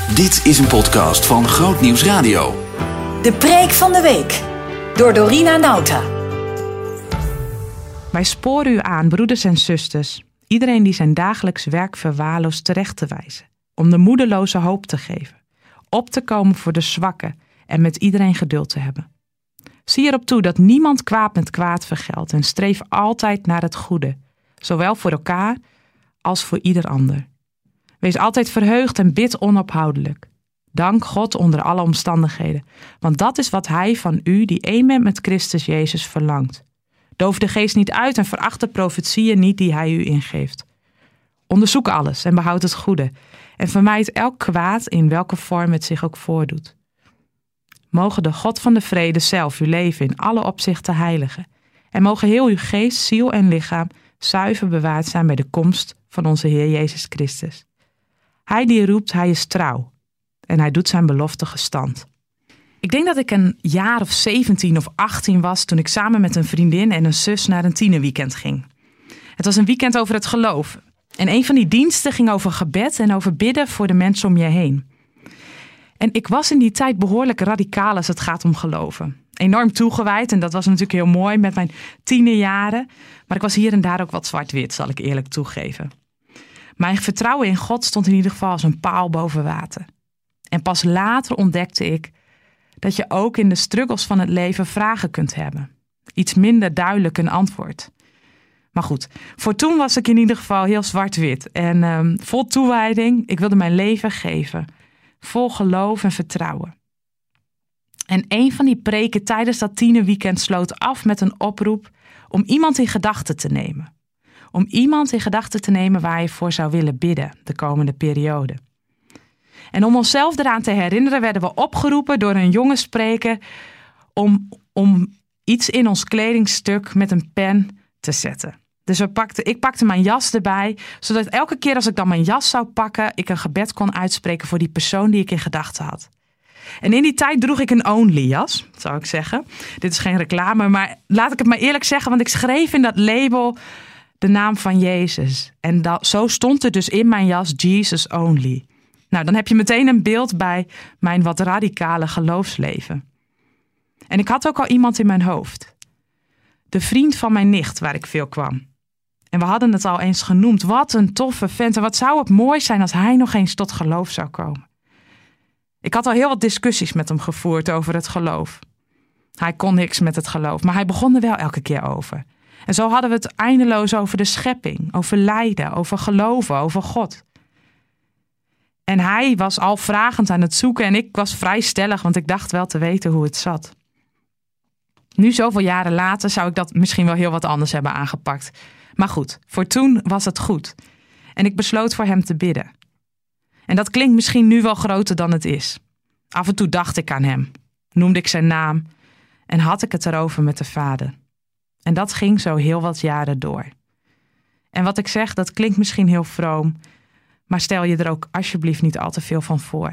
Dit is een podcast van Groot Nieuws Radio. De preek van de week door Dorina Nauta. Wij sporen u aan, broeders en zusters, iedereen die zijn dagelijks werk verwaarloost terecht te wijzen, om de moedeloze hoop te geven, op te komen voor de zwakken en met iedereen geduld te hebben. Zie erop toe dat niemand kwaad met kwaad vergeldt en streef altijd naar het goede, zowel voor elkaar als voor ieder ander. Wees altijd verheugd en bid onophoudelijk. Dank God onder alle omstandigheden, want dat is wat Hij van u, die één bent met Christus Jezus, verlangt. Doof de geest niet uit en veracht de profetieën niet die Hij u ingeeft. Onderzoek alles en behoud het goede en vermijd elk kwaad in welke vorm het zich ook voordoet. Mogen de God van de vrede zelf uw leven in alle opzichten heiligen en mogen heel uw geest, ziel en lichaam zuiver bewaard zijn bij de komst van onze Heer Jezus Christus. Hij die roept, Hij is trouw en Hij doet zijn belofte gestand. Ik denk dat ik een jaar of 17 of 18 was toen ik samen met een vriendin en een zus naar een tienerweekend ging. Het was een weekend over het geloof. En een van die diensten ging over gebed en over bidden voor de mensen om je heen. En ik was in die tijd behoorlijk radicaal als het gaat om geloven. Enorm toegewijd en dat was natuurlijk heel mooi met mijn tienerjaren. Maar ik was hier en daar ook wat zwart-wit, zal ik eerlijk toegeven. Mijn vertrouwen in God stond in ieder geval als een paal boven water. En pas later ontdekte ik dat je ook in de struggles van het leven vragen kunt hebben. Iets minder duidelijk een antwoord. Maar goed, voor toen was ik in ieder geval heel zwart-wit. En vol toewijding, ik wilde mijn leven geven. Vol geloof en vertrouwen. En een van die preken tijdens dat tienerweekend sloot af met een oproep om iemand in gedachten te nemen. Om iemand in gedachten te nemen waar je voor zou willen bidden de komende periode. En om onszelf eraan te herinneren werden we opgeroepen door een jonge spreker om iets in ons kledingstuk met een pen te zetten. Dus ik pakte mijn jas erbij, zodat elke keer als ik dan mijn jas zou pakken, ik een gebed kon uitspreken voor die persoon die ik in gedachten had. En in die tijd droeg ik een Only jas, zou ik zeggen. Dit is geen reclame, maar laat ik het maar eerlijk zeggen, want ik schreef in dat label de naam van Jezus. En zo stond er dus in mijn jas Jesus Only. Nou, dan heb je meteen een beeld bij mijn wat radicale geloofsleven. En ik had ook al iemand in mijn hoofd. De vriend van mijn nicht, waar ik veel kwam. En we hadden het al eens genoemd. Wat een toffe vent. En wat zou het mooi zijn als hij nog eens tot geloof zou komen. Ik had al heel wat discussies met hem gevoerd over het geloof. Hij kon niks met het geloof, maar hij begon er wel elke keer over. En zo hadden we het eindeloos over de schepping, over lijden, over geloven, over God. En hij was al vragend aan het zoeken en ik was vrij stellig, want ik dacht wel te weten hoe het zat. Nu, zoveel jaren later, zou ik dat misschien wel heel wat anders hebben aangepakt. Maar goed, voor toen was het goed. En ik besloot voor hem te bidden. En dat klinkt misschien nu wel groter dan het is. Af en toe dacht ik aan hem, noemde ik zijn naam en had ik het erover met de Vader. En dat ging zo heel wat jaren door. En wat ik zeg, dat klinkt misschien heel vroom, maar stel je er ook alsjeblieft niet al te veel van voor.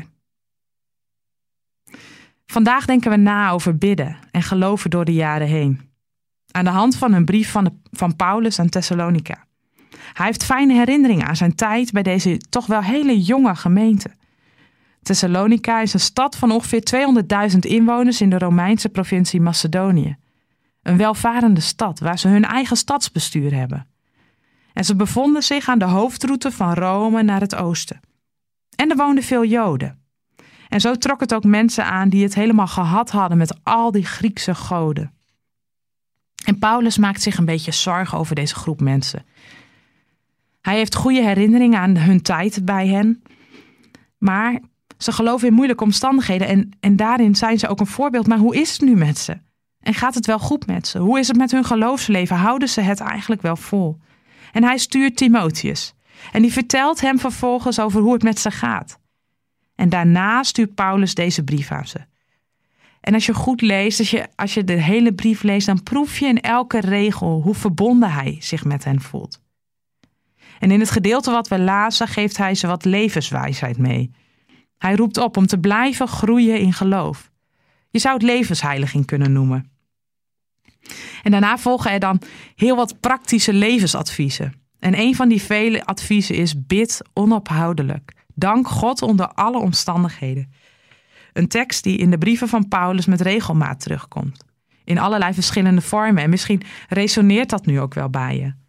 Vandaag denken we na over bidden en geloven door de jaren heen. Aan de hand van een brief van Paulus aan Thessalonica. Hij heeft fijne herinneringen aan zijn tijd bij deze toch wel hele jonge gemeente. Thessalonica is een stad van ongeveer 200.000 inwoners in de Romeinse provincie Macedonië. Een welvarende stad waar ze hun eigen stadsbestuur hebben. En ze bevonden zich aan de hoofdroute van Rome naar het oosten. En er woonden veel Joden. En zo trok het ook mensen aan die het helemaal gehad hadden met al die Griekse goden. En Paulus maakt zich een beetje zorgen over deze groep mensen. Hij heeft goede herinneringen aan hun tijd bij hen. Maar ze geloven in moeilijke omstandigheden en daarin zijn ze ook een voorbeeld. Maar hoe is het nu met ze? En gaat het wel goed met ze? Hoe is het met hun geloofsleven? Houden ze het eigenlijk wel vol? En hij stuurt Timotheus. En die vertelt hem vervolgens over hoe het met ze gaat. En daarna stuurt Paulus deze brief aan ze. En als je goed leest, als je de hele brief leest, dan proef je in elke regel hoe verbonden hij zich met hen voelt. En in het gedeelte wat we lazen geeft hij ze wat levenswijsheid mee. Hij roept op om te blijven groeien in geloof. Je zou het levensheiliging kunnen noemen. En daarna volgen er dan heel wat praktische levensadviezen. En een van die vele adviezen is: bid onophoudelijk. Dank God onder alle omstandigheden. Een tekst die in de brieven van Paulus met regelmaat terugkomt. In allerlei verschillende vormen. En misschien resoneert dat nu ook wel bij je.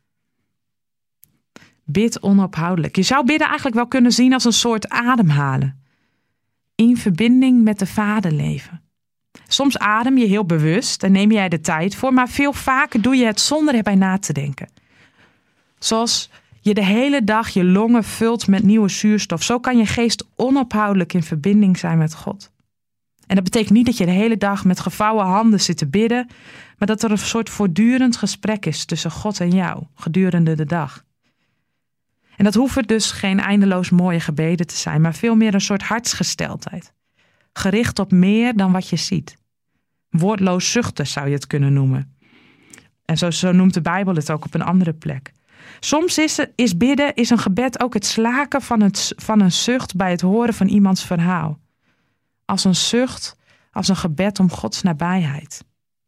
Bid onophoudelijk. Je zou bidden eigenlijk wel kunnen zien als een soort ademhalen. In verbinding met de Vader leven. Soms adem je heel bewust en neem jij de tijd voor. Maar veel vaker doe je het zonder erbij na te denken. Zoals je de hele dag je longen vult met nieuwe zuurstof. Zo kan je geest onophoudelijk in verbinding zijn met God. En dat betekent niet dat je de hele dag met gevouwen handen zit te bidden. Maar dat er een soort voortdurend gesprek is tussen God en jou gedurende de dag. En dat hoeven dus geen eindeloos mooie gebeden te zijn. Maar veel meer een soort hartsgesteldheid. Gericht op meer dan wat je ziet. Woordloos zuchten zou je het kunnen noemen. En zo noemt de Bijbel het ook op een andere plek. Soms is bidden een gebed ook het slaken van een zucht bij het horen van iemands verhaal. Als een zucht, als een gebed om Gods nabijheid.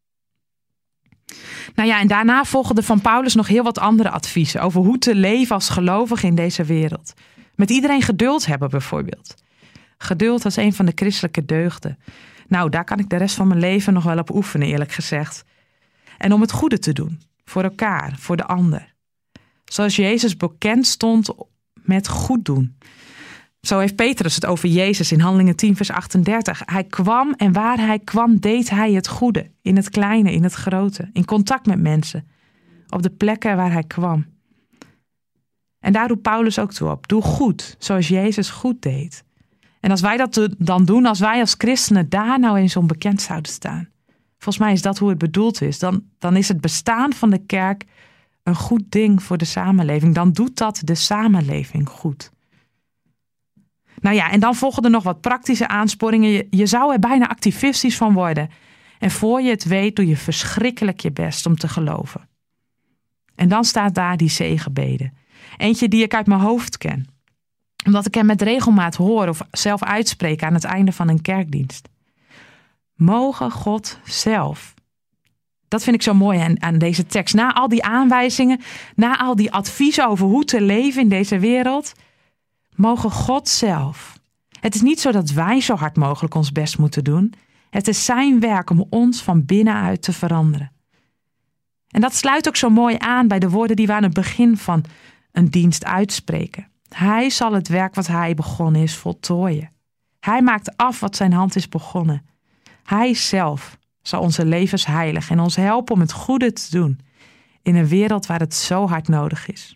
Nou ja, en daarna volgde van Paulus nog heel wat andere adviezen over hoe te leven als gelovige in deze wereld. Met iedereen geduld hebben bijvoorbeeld. Geduld als een van de christelijke deugden. Nou, daar kan ik de rest van mijn leven nog wel op oefenen, eerlijk gezegd. En om het goede te doen. Voor elkaar, voor de ander. Zoals Jezus bekend stond met goed doen. Zo heeft Petrus het over Jezus in Handelingen 10 vers 38. Hij kwam en waar hij kwam deed hij het goede. In het kleine, in het grote. In contact met mensen. Op de plekken waar hij kwam. En daar roept Paulus ook toe op. Doe goed, zoals Jezus goed deed. En als wij dat dan doen, als wij als christenen daar nou eens onbekend zouden staan. Volgens mij is dat hoe het bedoeld is. Dan is het bestaan van de kerk een goed ding voor de samenleving. Dan doet dat de samenleving goed. Nou ja, en dan volgen er nog wat praktische aansporingen. Je zou er bijna activistisch van worden. En voor je het weet doe je verschrikkelijk je best om te geloven. En dan staat daar die zegenbeden. Eentje die ik uit mijn hoofd ken. Omdat ik hem met regelmaat hoor of zelf uitspreek aan het einde van een kerkdienst. Mogen God zelf. Dat vind ik zo mooi aan deze tekst. Na al die aanwijzingen, na al die adviezen over hoe te leven in deze wereld, mogen God zelf. Het is niet zo dat wij zo hard mogelijk ons best moeten doen. Het is zijn werk om ons van binnenuit te veranderen. En dat sluit ook zo mooi aan bij de woorden die we aan het begin van een dienst uitspreken. Hij zal het werk wat hij begonnen is voltooien. Hij maakt af wat zijn hand is begonnen. Hij zelf zal onze levens heiligen en ons helpen om het goede te doen in een wereld waar het zo hard nodig is.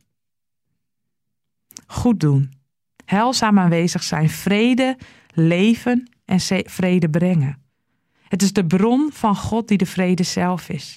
Goed doen, heilzaam aanwezig zijn, vrede leven en vrede brengen. Het is de bron van God die de vrede zelf is.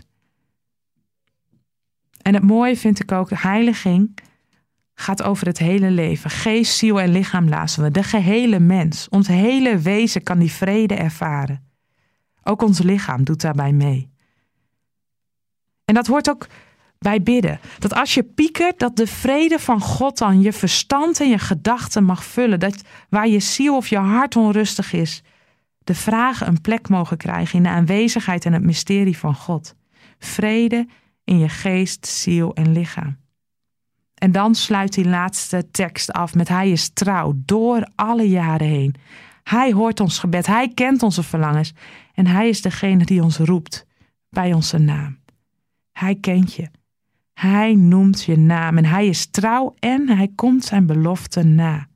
En het mooie vind ik ook, heiliging gaat over het hele leven. Geest, ziel en lichaam lazen we. De gehele mens, ons hele wezen kan die vrede ervaren. Ook ons lichaam doet daarbij mee. En dat hoort ook bij bidden. Dat als je piekert, dat de vrede van God dan je verstand en je gedachten mag vullen. Dat waar je ziel of je hart onrustig is, de vragen een plek mogen krijgen in de aanwezigheid en het mysterie van God. Vrede in je geest, ziel en lichaam. En dan sluit die laatste tekst af met hij is trouw door alle jaren heen. Hij hoort ons gebed, hij kent onze verlangens en hij is degene die ons roept bij onze naam. Hij kent je. Hij noemt je naam en hij is trouw en hij komt zijn belofte na.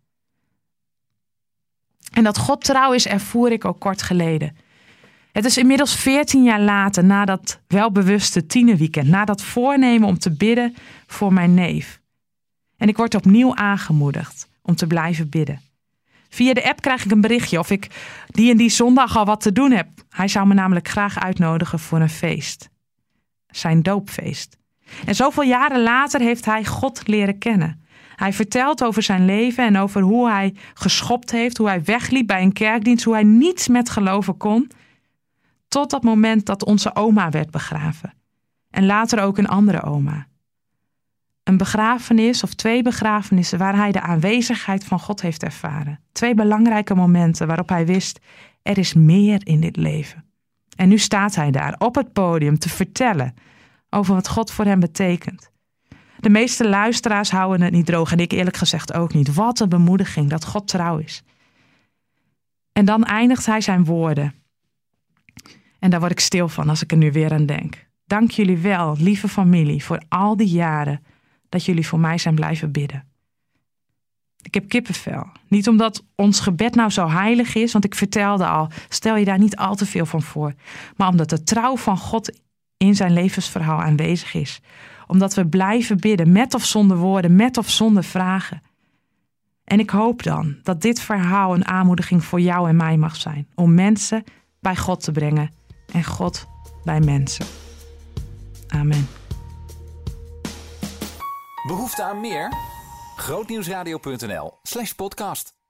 En dat God trouw is ervoer ik ook kort geleden. Het is inmiddels 14 jaar later, na dat welbewuste tienerweekend, na dat voornemen om te bidden voor mijn neef. En ik word opnieuw aangemoedigd om te blijven bidden. Via de app krijg ik een berichtje of ik die en die zondag al wat te doen heb. Hij zou me namelijk graag uitnodigen voor een feest. Zijn doopfeest. En zoveel jaren later heeft hij God leren kennen. Hij vertelt over zijn leven en over hoe hij geschopt heeft, hoe hij wegliep bij een kerkdienst, hoe hij niets met geloven kon. Tot dat moment dat onze oma werd begraven. En later ook een andere oma. Een begrafenis of 2 begrafenissen waar hij de aanwezigheid van God heeft ervaren. 2 belangrijke momenten waarop hij wist, er is meer in dit leven. En nu staat hij daar op het podium te vertellen over wat God voor hem betekent. De meeste luisteraars houden het niet droog en ik eerlijk gezegd ook niet. Wat een bemoediging dat God trouw is. En dan eindigt hij zijn woorden. En daar word ik stil van als ik er nu weer aan denk. Dank jullie wel, lieve familie, voor al die jaren dat jullie voor mij zijn blijven bidden. Ik heb kippenvel. Niet omdat ons gebed nou zo heilig is, want ik vertelde al, stel je daar niet al te veel van voor. Maar omdat de trouw van God in zijn levensverhaal aanwezig is. Omdat we blijven bidden, met of zonder woorden, met of zonder vragen. En ik hoop dan dat dit verhaal een aanmoediging voor jou en mij mag zijn. Om mensen bij God te brengen en God bij mensen. Amen. Behoefte aan meer? Grootnieuwsradio.nl/podcast